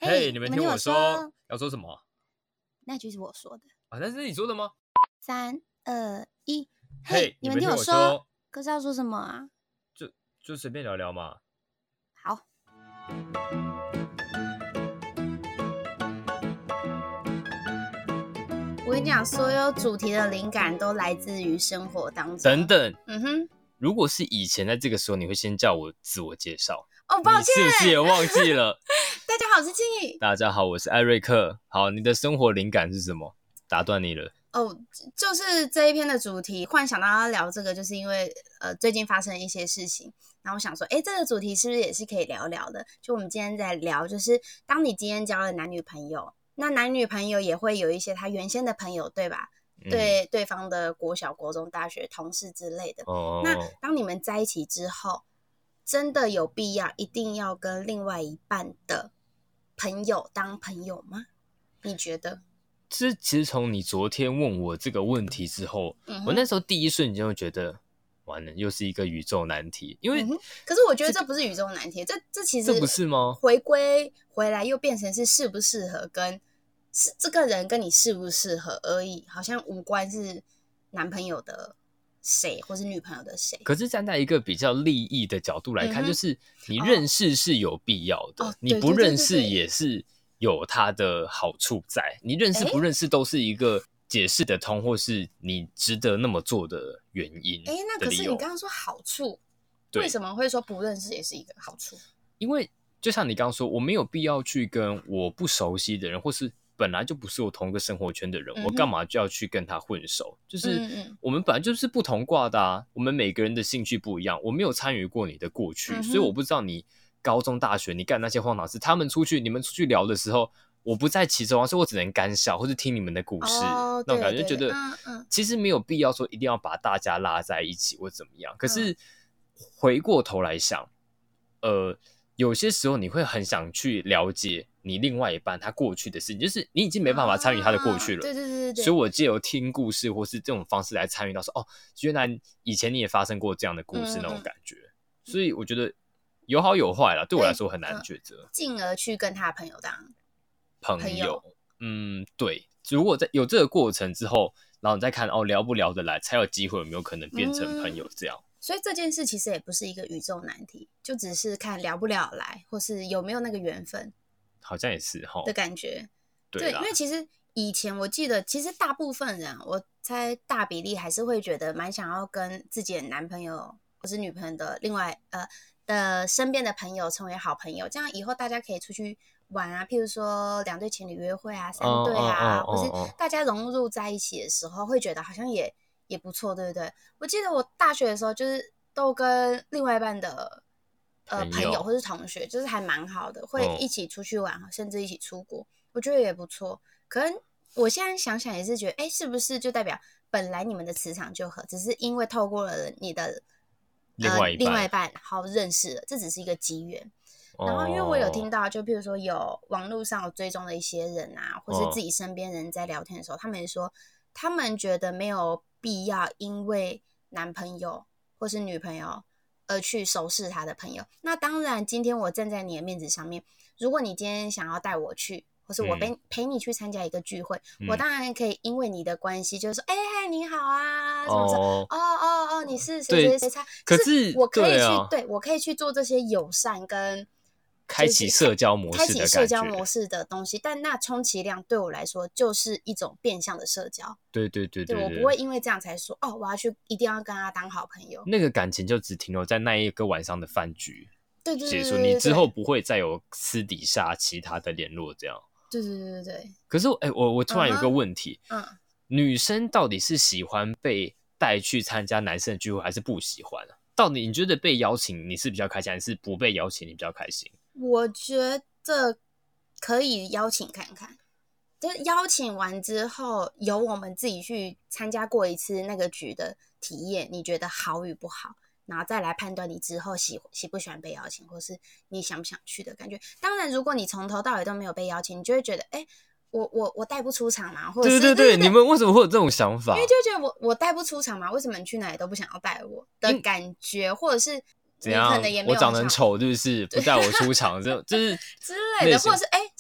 嘿，你们听我说，要说什么？ 那句是我说的啊？那是你说的吗 ？3、2、1， 嘿， 你们听我说。 可是要说什么啊？ 就随便聊聊嘛。 好。我跟你讲，所有主题的灵感都来自于生活当中。 等等，如果是以前在这个时候，你会先叫我自我介绍。 哦，抱歉， 你是不是也忘记了？ 大家好，我是庆怡。 大家好，我是艾瑞克。好，你的生活灵感是什么？打断你了。 哦，就是这一篇的主题，忽然想到要聊这个，就是因为最近发生了一些事情，然后我想说，这个主题是不是也是可以聊聊的？就我们今天在聊，就是当你今天交了男女朋友，那男女朋友也会有一些他原先的朋友，对吧？对对方的国小、国中、大学同事之类的。那当你们在一起之后，真的有必要一定要跟另外一半的朋友当朋友吗？你觉得？ 其实从你昨天问我这个问题之后，我那时候第一瞬间就觉得，完了，又是一个宇宙难题。因为， 可是我觉得这不是宇宙难题，这其实这不是吗？ 回归回来又变成是适不适合跟这个人跟你适不适合而已，好像无关是男朋友的谁或是女朋友的谁。 可是站在一个比较利益的角度来看，就是你认识是有必要的，你不认识也是有它的好处在。你认识不认识都是一个解释得通，或是你值得那么做的原因。 那可是你刚刚说好处，为什么会说不认识也是一个好处？ 因为就像你刚刚说，我没有必要去跟我不熟悉的人，或是本来就不是我同一个生活圈的人，我干嘛就要去跟他混熟？就是我们本来就是不同挂的啊，我们每个人的兴趣不一样，我没有参与过你的过去，所以我不知道你高中、大学你干那些荒唐事。他们出去，你们出去聊的时候，我不在其中啊，所以我只能干笑或是听你们的故事，那种感觉，觉得其实没有必要说一定要把大家拉在一起或怎么样。可是回过头来想，有些时候你会很想去了解你另外一半他过去的事情，就是你已经没办法参与他的过去了。 对。 所以我借由听故事或是这种方式来参与到说，原来以前你也发生过这样的故事，那种感觉。所以我觉得有好有坏啦，对我来说很难抉择。 进而去跟他朋友当朋友。 对。如果在有这个过程之后，然后你再看聊不聊得来，才有机会有没有可能变成朋友这样。 所以这件事其实也不是一个宇宙难题，就只是看聊不聊来，或是有没有那个缘分， 好像也是的感觉。 对， 因为其实以前我记得，其实大部分人，我猜大比例还是会觉得蛮想要跟自己的男朋友或是女朋友的另外的身边的朋友成为好朋友，这样以后大家可以出去玩啊，譬如说2对情侣约会啊，3对啊，或是大家融入在一起的时候，会觉得好像也不错，对不对？我记得我大学的时候，就是都跟另外一半的朋友或是同学，就是还蛮好的，会一起出去玩，甚至一起出国，我觉得也不错。可能我现在想想也是觉得，是不是就代表本来你们的磁场就合，只是因为透过了你的另外一半好认识了，这只是一个机缘。然后因为我有听到，就譬如说有网络上有追踪的一些人啊，或是自己身边人在聊天的时候，他们也说他们觉得没有必要因为男朋友或是女朋友而去熟识他的朋友。那当然今天我站在你的面子上面，如果你今天想要带我去，或是我陪你去参加一个聚会，我当然可以因为你的关系就是说你好啊什么什么你是谁谁谁猜， 可是我可以去我可以去做这些友善跟开启社交模式的感觉， 开启社交模式的东西，但那充其量对我来说就是一种变相的社交。 对， 我不会因为这样才说我要去一定要跟他当好朋友。 那个感情就只停留在那一个晚上的饭局结束， 对， 你之后不会再有私底下其他的联络这样。 对。 可是我突然有个问题，女生到底是喜欢被带去参加男生的聚会，还是不喜欢啊？到底你觉得被邀请你是比较开心，还是不被邀请你比较开心？ 我觉得可以邀请看看，就是邀请完之后，由我们自己去参加过一次那个局的体验，你觉得好与不好，然后再来判断你之后喜不喜欢被邀请，或是你想不想去的感觉。当然，如果你从头到尾都没有被邀请，你就会觉得，我带不出场嘛，或者是对，你们为什么会有这种想法？ 因为就觉得我带不出场嘛，为什么你去哪里都不想要带我的感觉，或者是你可能也没有我长得很丑，是不是不带我出场，就是之类的，或者是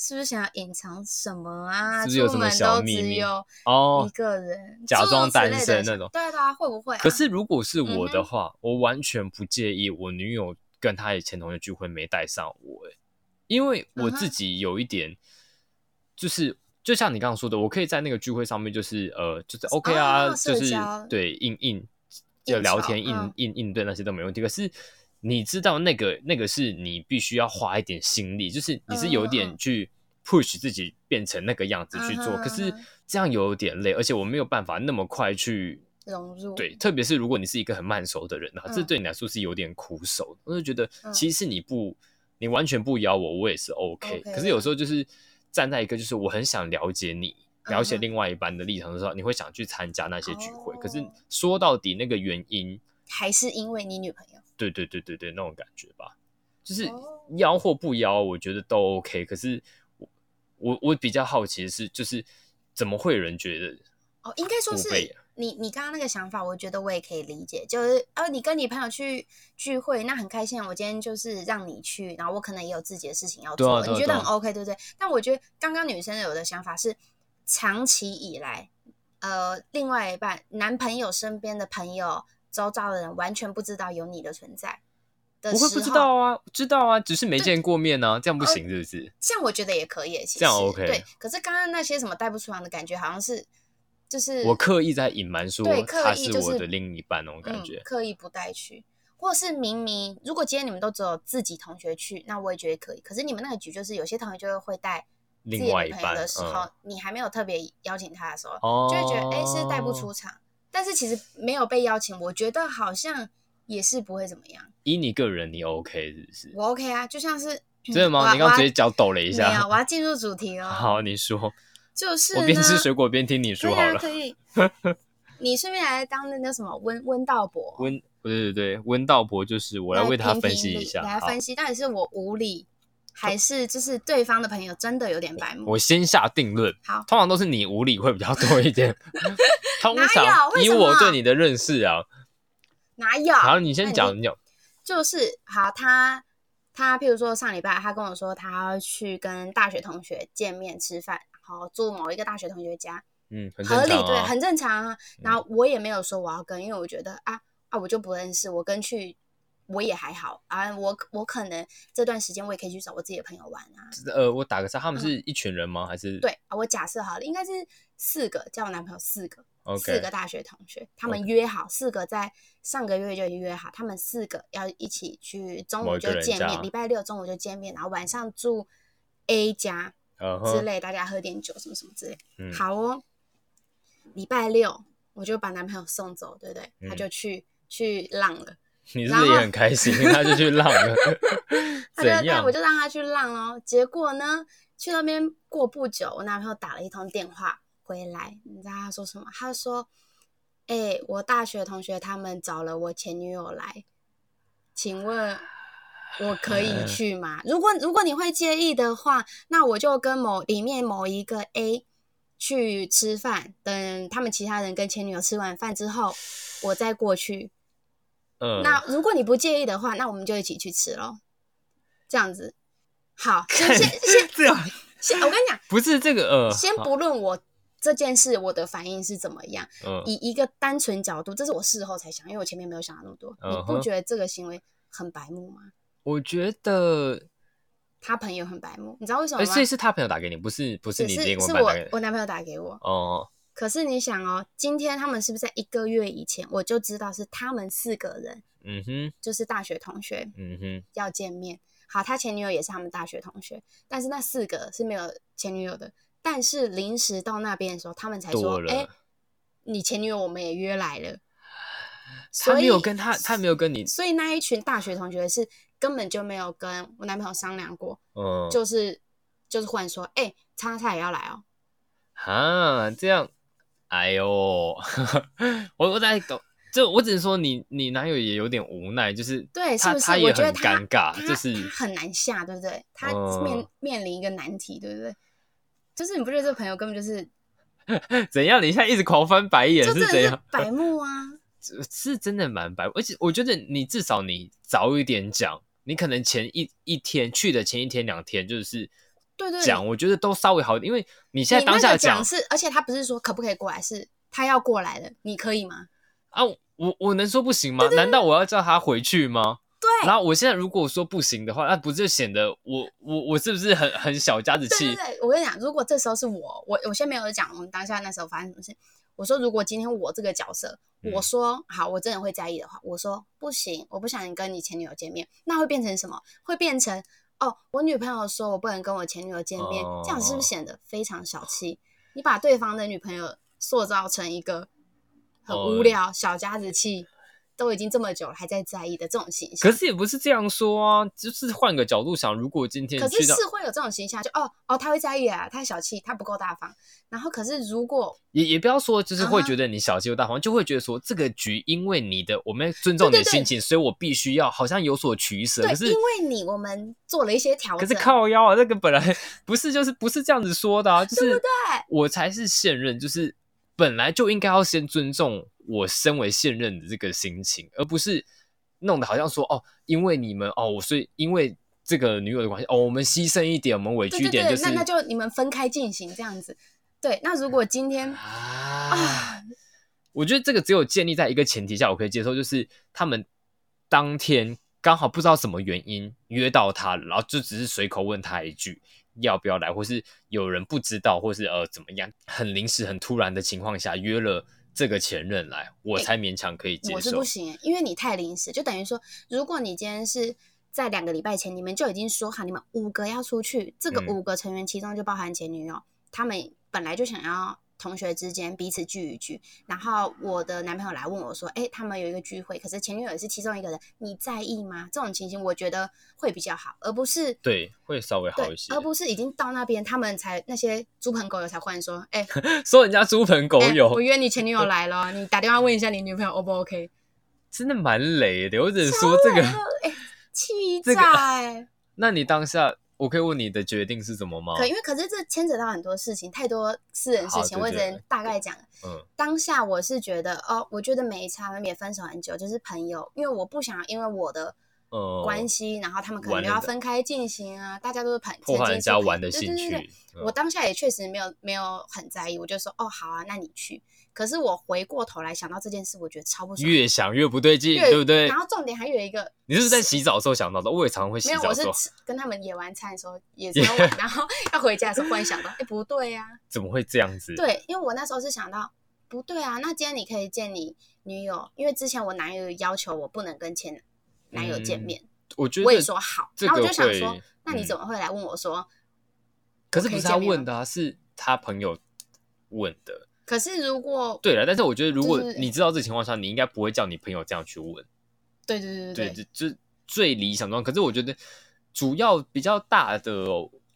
是不是想要隐藏什么啊？ 是不是有什么小秘密？ 一个人假装单身那种。 对啊，会不会可是如果是我的话，我完全不介意我女友跟她以前同学聚会没带上我，因为我自己有一点，就是就像你刚刚说的，我可以在那个聚会上面就是 OK 啊，就是对就聊天应对那些都没问题。可是你知道那个是你必须要花一点心力，就是你是有点去 push 自己变成那个样子去做，可是这样有点累，而且我没有办法那么快去融入。 对，特别是如果你是一个很慢熟的人这对你来说是有点苦手。我就觉得其实你完全不邀我也是 OK， 可是有时候就是站在一个就是我很想了解你。了解另外一半的立场的时候，你会想去参加那些聚会，可是说到底那个原因还是因为你女朋友。 对，那种感觉吧，就是邀或不邀，我觉得都 OK。可是我比较好奇的是，就是怎么会有人觉得应该说是你刚刚那个想法，我觉得我也可以理解。就是你跟你朋友去聚会，那很开心。我今天就是让你去，然后我可能也有自己的事情要做，你觉得很 OK， 对不对？但我觉得刚刚女生有的想法是。长期以来，另外一半男朋友身边的朋友、周遭的人完全不知道有你的存在的时候， 不会不知道啊，知道啊，只是没见过面啊，这样不行是不是？ 这样我觉得也可以，其实这样 OK。 对，可是刚刚那些什么带不出来的感觉，好像是就是我刻意在隐瞒说他是我的另一半那种感觉， 刻意不带去，或是明明如果今天你们都只有自己同学去，那我也觉得可以。可是你们那个局就是有些同学就会带。 另外一半的时候，你还没有特别邀请他的时候，就会觉得是带不出场。但是其实没有被邀请，我觉得好像也是不会怎么样。 以你个人，你 OK 是不是？ 我 OK 啊，就像是真的吗？你刚刚直接脚抖了一下。 没有，我要进入主题了。 好，你说。 就是我边吃水果边听你说好了。 可以。你顺便来当那个什么温道伯。 对，温道伯就是我来为他分析一下， 来分析到底是我无理。还是就是对方的朋友真的有点白目。 我先下定论， 好， 通常都是你无理会比较多一点。通常以我对你的认识啊， 哪有？ 好，你先讲， 就是好，他譬如说上礼拜他跟我说他要去跟大学同学见面吃饭，好住某一个大学同学家， 很正常合理对，很正常啊。然后我也没有说我要跟，因为我觉得我就不认识，我跟去。我也还好啊，我可能这段时间我也可以去找我自己的朋友玩啊。 我打个岔，他们是一群人吗？还是对啊，我假设好了，应该是4个，叫我男朋友4个 ，4 个大学同学，他们约好4个在上个月就已经约好，他们4个要一起去中午就见面，礼拜6中午就见面，然后晚上住 A 家之类，大家喝点酒什么什么之类。好哦，礼拜6我就把男朋友送走，对不对？他就去浪了。 你是不是也很开心？他就去浪了，怎样？ 我就让他去浪咯。结果呢，去那边过不久，我男朋友打了一通电话回来，你知道他说什么？他说：“我大学同学他们找了我前女友来，请问我可以去吗？如果你会介意的话，那我就跟里面某一个 A 去吃饭，等他们其他人跟前女友吃完饭之后，我再过去。”那如果你不介意的话，那我们就一起去吃咯。这样子，好，先这样， 我跟你讲， 不是这个先不论我这件事我的反应是怎么样，以一个单纯角度，这是我事后才想，因为我前面没有想到那么多。你不觉得这个行为很白目吗？ 我觉得他朋友很白目，你知道为什么吗？ 所以是他朋友打给你，不是你另外一半打给你， 我男朋友打给我哦。可是你想哦，今天他们是不是在1个月以前我就知道是他们4个人，就是大学同学，要见面。好，他前女友也是他们大学同学，但是那4个是没有前女友的。但是临时到那边的时候，他们才说：“你前女友我们也约来了。” 他没有跟他没有跟你， 所以那一群大学同学是根本就没有跟我男朋友商量过，就是忽然说：“他也要来哦。” 这样。哎呦，我在懂，就我只能说你男友也有点无奈，就是对，是不是？ 他也很尴尬，就是他很难下，对不对？他面临一个难题，对不对？就是你不觉得这个朋友根本就是怎样？你现在一直狂翻白眼是怎样？ 白目啊， 是真的蛮白目，而且我觉得你至少你早一点讲，你可能前一天去的前1天2天就是讲，我觉得都稍微好一点，因为你现在当下讲是，而且他不是说可不可以过来，是他要过来了，你可以吗？ 啊，我能说不行吗？难道我要叫他回去吗？ 对。 然后我现在如果说不行的话，那不就显得我是不是很小家子气？ 对，我跟你讲，如果这时候是我先没有讲我们当下那时候发生什么事。我说如果今天我这个角色，我说好，我真的会在意的话，我说不行，我不想跟你前女友见面，那会变成什么？会变成我女朋友说我不能跟我前女友见面，这样是不是显得非常小气？你把对方的女朋友塑造成一个很无聊、小家子气，都已经这么久了还在在意的这种形象。 可是也不是这样说啊，就是换个角度想，如果今天可是会有这种形象，就他会在意啊，他小气，他不够大方。然后可是如果也不要说就是会觉得你小气又大方，就会觉得说这个局因为你的我们尊重你的心情，所以我必须要好像有所取舍。可是因为我们做了一些调整。 可是靠腰啊，这个本来不是这样子说的啊，就是对不对？ 我才是现任，就是本来就应该要先尊重我身为现任的这个心情，而不是弄得好像说因为你们所以因为这个女友的关系我们牺牲一点，我们委屈一点，就是那就你们分开进行这样子。对，那如果今天我觉得这个只有建立在一个前提下我可以接受，就是他们当天刚好不知道什么原因约到他了，然后就只是随口问他一句要不要来，或是有人不知道，或是怎么样很临时很突然的情况下约了这个前任来，我才勉强可以接受。 我是不行，因为你太临时，就等于说如果你今天是在2个礼拜前你们就已经说好你们5个要出去，这个5个成员其中就包含前女友，他们本来就想要同学之间彼此聚一聚，然后我的男朋友来问我说他们有一个聚会，可是前女友也是其中一个人，你在意吗？这种情形我觉得会比较好，而不是对会稍微好一些， 而不是已经到那边他们才那些猪朋狗友才忽然说说人家猪朋狗友我约你前女友来了你打电话问一下你女朋友 O 不 OK， 真的蛮雷的，我只能说这个气炸那你当下我可以问你的决定是什么吗？ 可是这牵扯到很多事情，太多私人事情，我只能大概讲。当下我是觉得我觉得没差，也分手很久，就是朋友，因为我不想因为我的关系，然后他们可能就要分开进行啊，大家都是破坏人家玩的兴趣。 对，我当下也确实没有很在意，我就说好啊，那你去。可是我回过头来想到这件事，我觉得超不爽， 越想越不对劲，对不对？ 然后重点还有一个， 你是不是在洗澡的时候想到的？我也常会洗澡的时候， 没有，我是跟他们野完餐的时候也超晚，然后要回家的时候忽然想到，不对啊， 怎么会这样子？ 对，因为我那时候是想到不对啊，那今天你可以见你女友，因为之前我男友要求我不能跟前男友见面， 我觉得我也说好，然后我就想说，那你怎么会来问我说？ 可是不是他问的是他朋友问的。 可是如果对了，但是我觉得如果你知道这情况下，你应该不会叫你朋友这样去问。 对， 就最理想状况。可是我觉得主要比较大的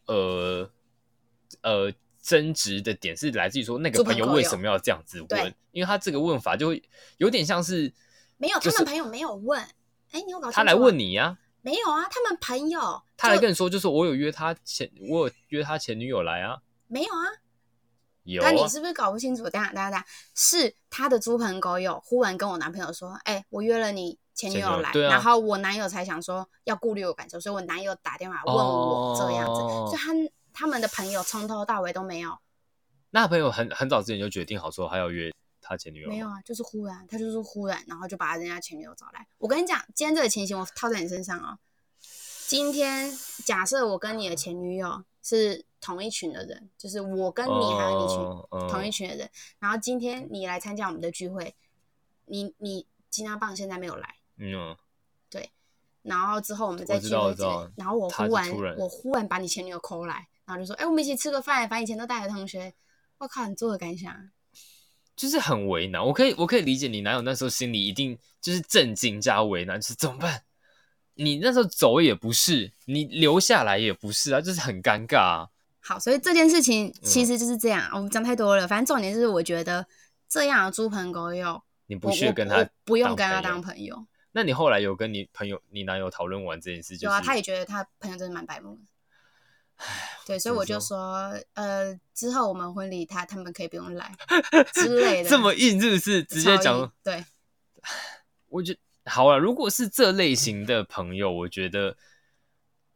争执的点是来自于说那个朋友为什么要这样子问，因为他这个问法就会有点像是没有，他们朋友没有问，你有搞清楚吗？ 他来问你呀？ 没有啊，他们朋友他来跟你说，就是我有约他前女友来啊， 没有啊。 有那你是不是搞不清楚？等下，是他的猪朋狗友忽然跟我男朋友说，我约了你前女友来，然后我男友才想说要顾虑我感受，所以我男友打电话问我这样子，所以他们的朋友从头到尾都没有。 那朋友很早之前就决定好说他要约他前女友？ 没有啊，就是忽然，然后就把人家前女友找来。我跟你讲，今天这个情形我套在你身上哦。今天假设我跟你的前女友是同一群的人，就是我跟你还有你同一群的人，然后今天你来参加我们的聚会，你金刚棒现在没有来，对，然后之后我们在聚会，然后我忽然把你前女友call来，然后就说我们一起吃个饭，反正以前都带的同学，我靠，你做的感想就是很为难。我可以理解你男友那时候心里一定就是震惊加为难，就是怎么办？你那时候走也不是，你留下来也不是啊，就是很尴尬啊。 好，所以这件事情其实就是这样，我们讲太多了。反正重点就是，我觉得这样的猪朋狗友， 你不屑跟他， 不用跟他当朋友。 那你后来有跟你男友讨论完这件事？ 有啊，他也觉得他朋友真的蛮白目的。对，所以我就说，之后我们婚礼他们可以不用来之类的。 这么硬是不是？直接讲。 对， 我觉得好了，如果是这类型的朋友，我觉得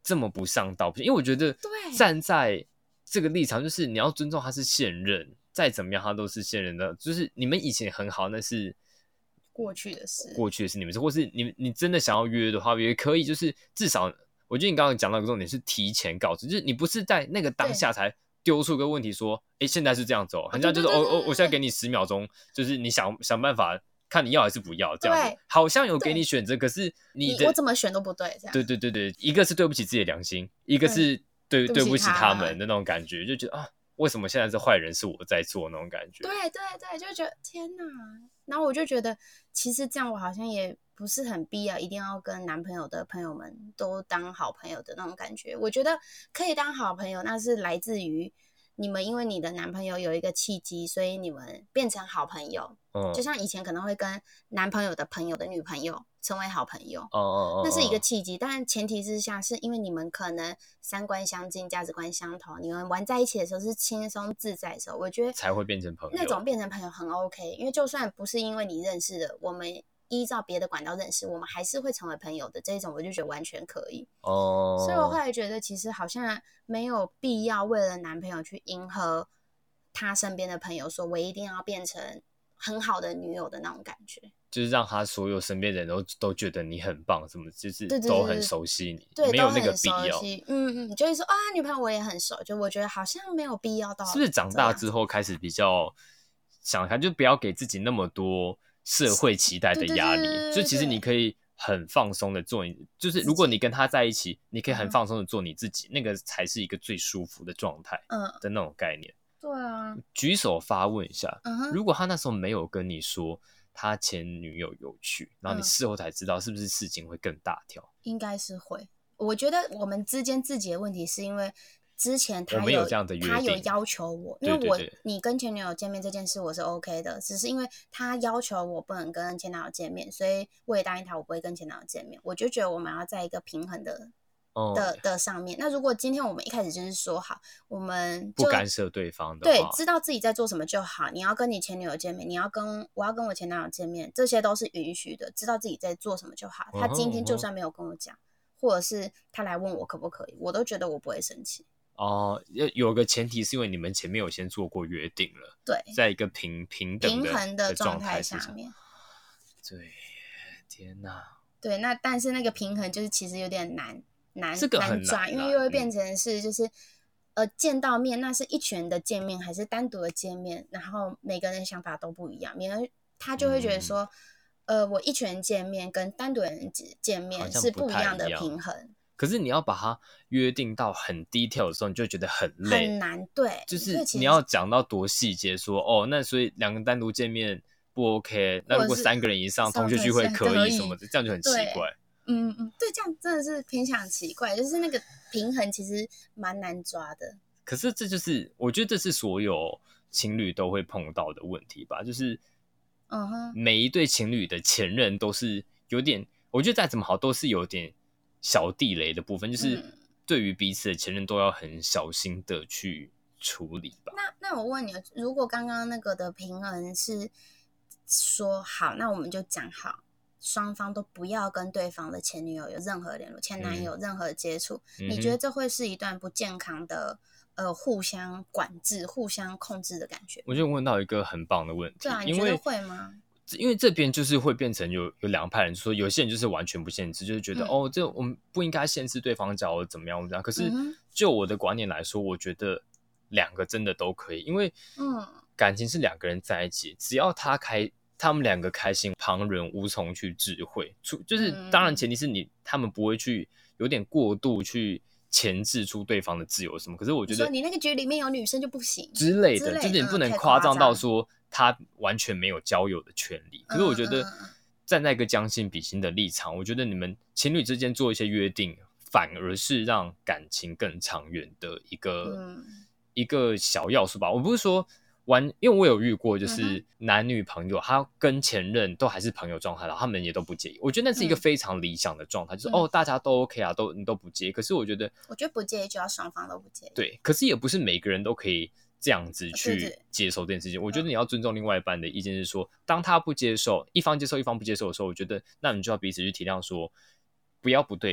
这么不上道，因为我觉得站在这个立场，就是你要尊重他是现任，再怎么样他都是现任的，就是你们以前很好，那是过去的事， 你们或是你真的想要约的话，也可以，就是至少我觉得你刚刚讲到一个重点是提前告知，就是你不是在那个当下才丢出个问题说，现在是这样子哦，人家就是我现在给你10秒钟，就是你想办法看你要还是不要这样子，好像有给你选择，可是我怎么选都不对，这样。 对，一个是对不起自己的良心，一个是对不起他们的那种感觉，就觉得为什么现在是坏人是我在做那种感觉？ 对，就觉得天哪！然后我就觉得，其实这样我好像也不是很必要，一定要跟男朋友的朋友们都当好朋友的那种感觉。我觉得可以当好朋友，那是来自于你们因为你的男朋友有一个契机，所以你们变成好朋友。就像以前可能会跟男朋友的朋友的女朋友成为好朋友，那是一个契机。但前提之下是因为你们可能三观相近，价值观相同，你们玩在一起的时候是轻松自在的时候，我觉得才会变成朋友。 那种变成朋友很 OK， 因为就算不是因为你认识的，我们依照别的管道认识，我们还是会成为朋友的，这种我就觉得完全可以。所以我后来觉得其实好像没有必要为了男朋友去迎合他身边的朋友，说我一定要变成很好的女友的那种感觉， 就是让他所有身边的人都觉得你很棒，什么就是都很熟悉你， 对， 没有那个必要。 就会说女朋友我也很熟，就我觉得好像没有必要到。 是不是长大之后开始比较想看，就不要给自己那么多社会期待的压力，就其实你可以很放松的做你，就是如果你跟他在一起，你可以很放松的做你自己，那个才是一个最舒服的状态的那种概念。 对啊， 举手发问一下，如果他那时候没有跟你说他前女友有趣，然后你事后才知道，是不是事情会更大条？ 应该是会。我觉得我们之间自己的问题是因为之前他有这样的约定， 他有要求我，因为你跟前女友见面这件事我是 OK 的，只是因为他要求我不能跟前男友见面，所以我也答应他我不会跟前男友见面。我就觉得我们要在一个平衡的上面。那如果今天我们一开始就是说好，我们不干涉对方的话， 对，知道自己在做什么就好。你要跟你前女友见面，我要跟我前男友见面，这些都是允许的。知道自己在做什么就好。他今天就算没有跟我讲，或者是他来问我可不可以，我都觉得我不会生气。 有个前提是因为你们前面有先做过约定了， 对， 在一个平衡的状态下面。 对，天哪。 对，那但是那个平衡就是其实有点难抓，因为又会变成是就是见到面，那是一群人的见面还是单独的见面，然后每个人想法都不一样，免而他就会觉得说我一群人见面跟单独人见面是不一样的平衡。 可是你要把它约定到很 detail 的时候，你就觉得很累， 很难。对， 就是你要讲到多细节，说那所以2个人单独见面不 OK， 那如果3个人以上同学聚会可以什么的，这样就很奇怪。 对，这样真的是偏向奇怪，就是那个平衡其实蛮难抓的。 可是这就是我觉得这是所有情侣都会碰到的问题吧，就是每一对情侣的前任都是有点，我觉得再怎么好都是有点小地雷的部分，就是对于彼此的前任都要很小心的去处理吧。 那我问你，如果刚刚那个的平衡是说好，那我们就讲好，双方都不要跟对方的前女友有任何联络，前男友任何接触，你觉得这会是一段不健康的互相管制、互相控制的感觉？ 我就问到一个很棒的问题， 对啊，你觉得会吗？ 因为这边就是会变成有2派人说，有些人就是完全不限制，就是觉得这我们不应该限制对方交怎么样怎么样。可是就我的观念来说，我觉得2个真的都可以，因为感情是2个人在一起，只要他们2个开心，旁人无从去智慧。就是当然前提是他们不会去有点过度去钳制出对方的自由什么。可是我觉得你那个局里面有女生就不行之类的，就是你不能夸张到说他完全没有交友的权利。可是我觉得站在一个将心比心的立场，我觉得你们情侣之间做一些约定，反而是让感情更长远的一个小要素吧。我不是说因为我有遇过，就是男女朋友他跟前任都还是朋友状态，然后他们也都不介意。我觉得那是一个非常理想的状态，就是大家都 OK 啊，你都不介意。可是我觉得不介意就要双方都不介意。 对，可是也不是每个人都可以这样子去接受这件事情。我觉得你要尊重另外一半的意见，是说当他不接受，一方接受一方不接受的时候，我觉得那你就要彼此去体谅，说不要不对等。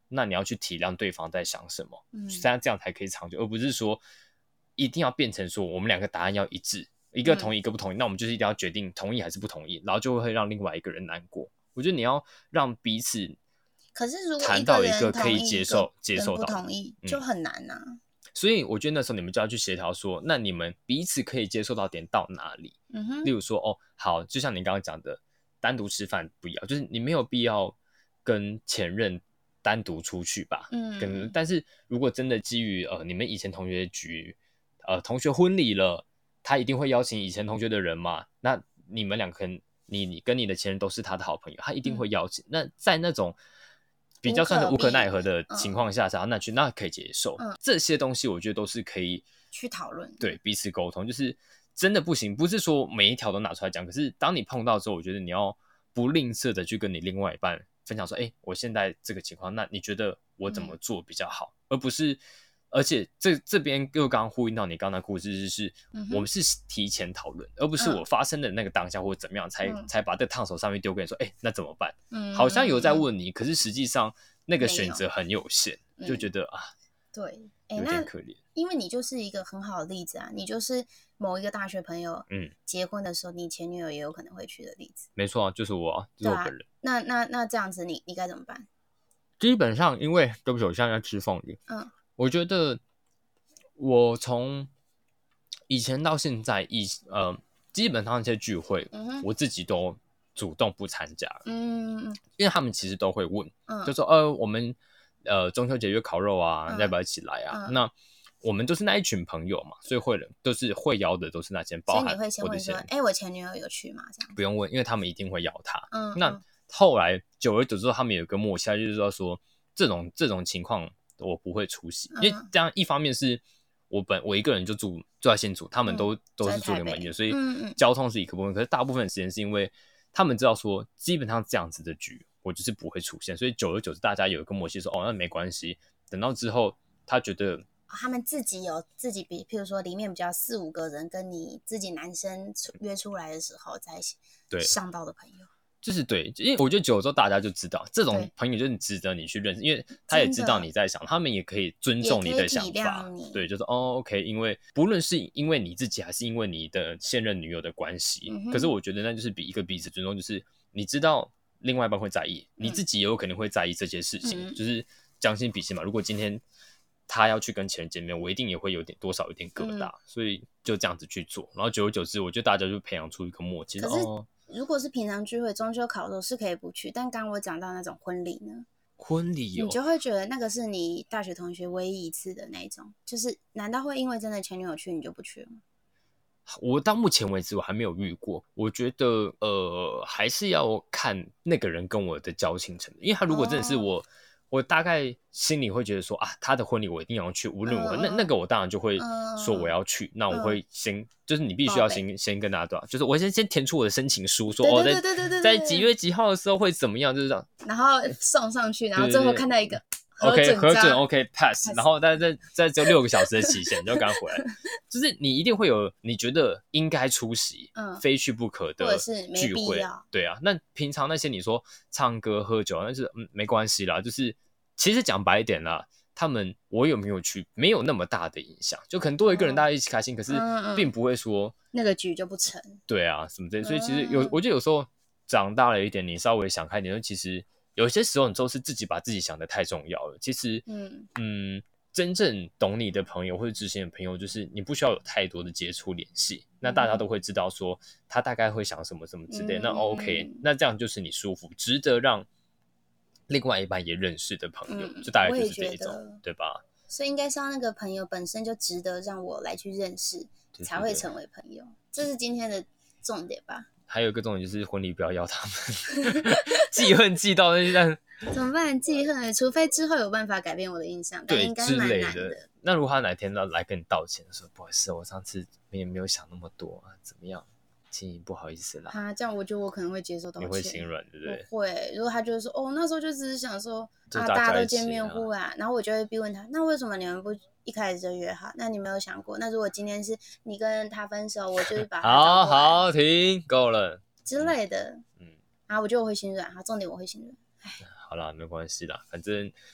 那你要去体谅对方在想什么，这样才可以长久，而不是说一定要变成说我们两个答案要一致，一个同意一个不同意，那我们就是一定要决定同意还是不同意，然后就会让另外一个人难过。我觉得你要让彼此， 可是如果谈到一个可以接受到不同意就很难啊。 所以我觉得那时候你们就要去协调说，那你们彼此可以接受到点到哪里？例如说，好，就像你刚刚讲的，单独吃饭不要，就是你没有必要跟前任单独出去吧。但是如果真的基于你们以前同学局同学婚礼了，他一定会邀请以前同学的人嘛，那你们两个你跟你的前任都是他的好朋友，他一定会邀请。那在那种比较算是无可奈何的情况下，那可以接受。这些东西我觉得都是可以去讨论， 对彼此沟通。就是真的不行，不是说每一条都拿出来讲，可是当你碰到之后，我觉得你要不吝啬的去跟你另外一半分享说，我现在这个情况，那你觉得我怎么做比较好？而且这边又刚刚呼应到你刚刚的故事，是我们是提前讨论，而不是我发生的那个当下或者怎么样才把这个烫手上面丢给你说，那怎么办？好像有在问你，可是实际上那个选择很有限，就觉得对， 有点可怜。 因为你就是一个很好的例子啊，你就是某一个大学朋友，结婚的时候，你前女友也有可能会去的例子。 没错啊，就是我就是我本人。 那这样子你该怎么办？ 基本上，因为对不起，我现在在吃凤梨。我觉得我从以前到现在，基本上一些聚会，我自己都主动不参加了。因为他们其实都会问，就说我们中秋节约烤肉啊，要不要一起来啊？那我们都是那一群朋友嘛，所以都是会邀的，都是那些包含我的。 所以你会先问说，我前女友有去吗？这样不用问，因为他们一定会邀他。那后来久而久之后，他们有一个默契，就是说这种情况我不会出席，因为这样一方面是我一个人就住在新竹，他们都是住离蛮远，所以交通是一个部分。可是大部分的时间是因为他们知道说，基本上这样子的局我就是不会出现，所以久而久之大家有一个默契说，那没关系。等到之后他觉得他们自己譬如说里面比较4-5个人跟你自己男生约出来的时候在上到的朋友。 就是对，因为我觉得久了之后大家就知道这种朋友就是值得你去认识，因为他也知道你在想，他们也可以尊重你的想法。对，就是OK，因为不论是因为你自己还是因为你的现任女友的关系，可是我觉得那就是比一个彼此尊重，就是你知道另外一半会在意，你自己也有可能会在意这些事情，就是将心比心嘛。如果今天他要去跟前任见面，我一定也会多少有点疙瘩，所以就这样子去做，然后久而久之，我觉得大家就培养出一个默契。 如果是平常聚会，中秋烤肉是可以不去，但刚刚我讲到那种婚礼呢？ 婚礼你就会觉得那个是你大学同学唯一一次的那种，就是难道会因为真的前女友去你就不去了吗？ 我到目前为止我还没有遇过，我觉得还是要看那个人跟我的交情程度，因为他如果真的是我大概心里会觉得说他的婚礼我一定要去，无论如何，那个我当然就会说我要去，那我会就是你必须要先跟大家对吧？就是我先填出我的申请书，说在几月几号的时候会怎么样，就是这样， 然后送上去，然后最后看到一个 OK 核准 OK pass， 然后再只有6个小时的期限，你就赶回来。就是你一定会有你觉得应该出席，非去不可的聚会，对啊。那平常那些你说唱歌喝酒，那是没关系啦。就是其实讲白一点啦，我有没有去没有那么大的影响，就可能多一个人大家一起开心，可是并不会说那个局就不成。对啊，什么之类。所以其实我觉得有时候长大了一点，你稍微想开一点，其实有些时候你都是自己把自己想得太重要了。其实真正懂你的朋友或者知心的朋友，就是你不需要有太多的接触联系，那大家都会知道说他大概会想什么什么之类，那 OK， 那这样就是你舒服，值得让另外一半也认识的朋友，就大概就是这一种，对吧？ 所以应该是要那个朋友本身就值得让我来去认识，才会成为朋友，这是今天的重点吧。 还有一个重点就是婚礼不要邀他们，记恨记到那些， 怎么办？记恨，除非之后有办法改变我的印象，但应该蛮难的。 那如果他哪天来跟你道歉，说不好意思，我上次没有想那么多啊，怎么样？请你不好意思啦。 这样我觉得我可能会接受道歉。 你会心软，对不对？ 我会。如果他就是说，那时候就只是想说大家都见面会啊，然后我就会逼问他，那为什么你们不一开始就约好？那你没有想过，那如果今天是你跟他分手，我就是把他找过来好停，够了之类的。然后我觉得我会心软，重点我会心软。 好啦，没关系啦，反正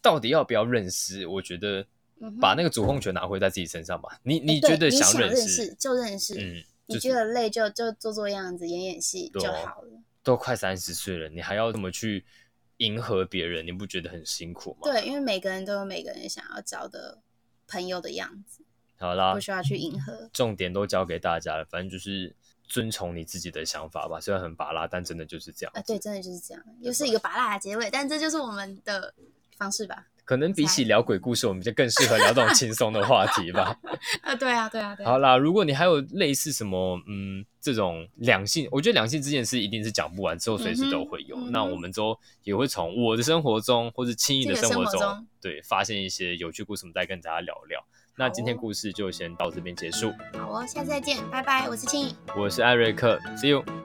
到底要不要认识？我觉得把那个主控权拿回在自己身上吧。你觉得想认识就认识，你觉得累就做样子，演戏就好了。 都快30岁了，你还要这么去迎合别人，你不觉得很辛苦吗？ 对，因为每个人都有每个人想要交的朋友的样子。 好啦， 不需要去迎合。 重点都交给大家了，反正就是遵从你自己的想法吧。虽然很拔辣，但真的就是这样。 对，真的就是这样，又是一个拔辣的结尾，但这就是我们的方式吧。 可能比起聊鬼故事，我们就更适合聊这种轻松的话题吧。 对啊。 好啦，如果你还有类似什么这种两性，我觉得两性之间是一定是讲不完，之后随时都会有。那我们之后也会从我的生活中或是轻易的生活中，对，发现一些有趣故事，我们再跟大家聊聊。那今天故事就先到这边结束。 好哦，下次再见，拜拜。我是青怡， 我是艾瑞克 ，See you。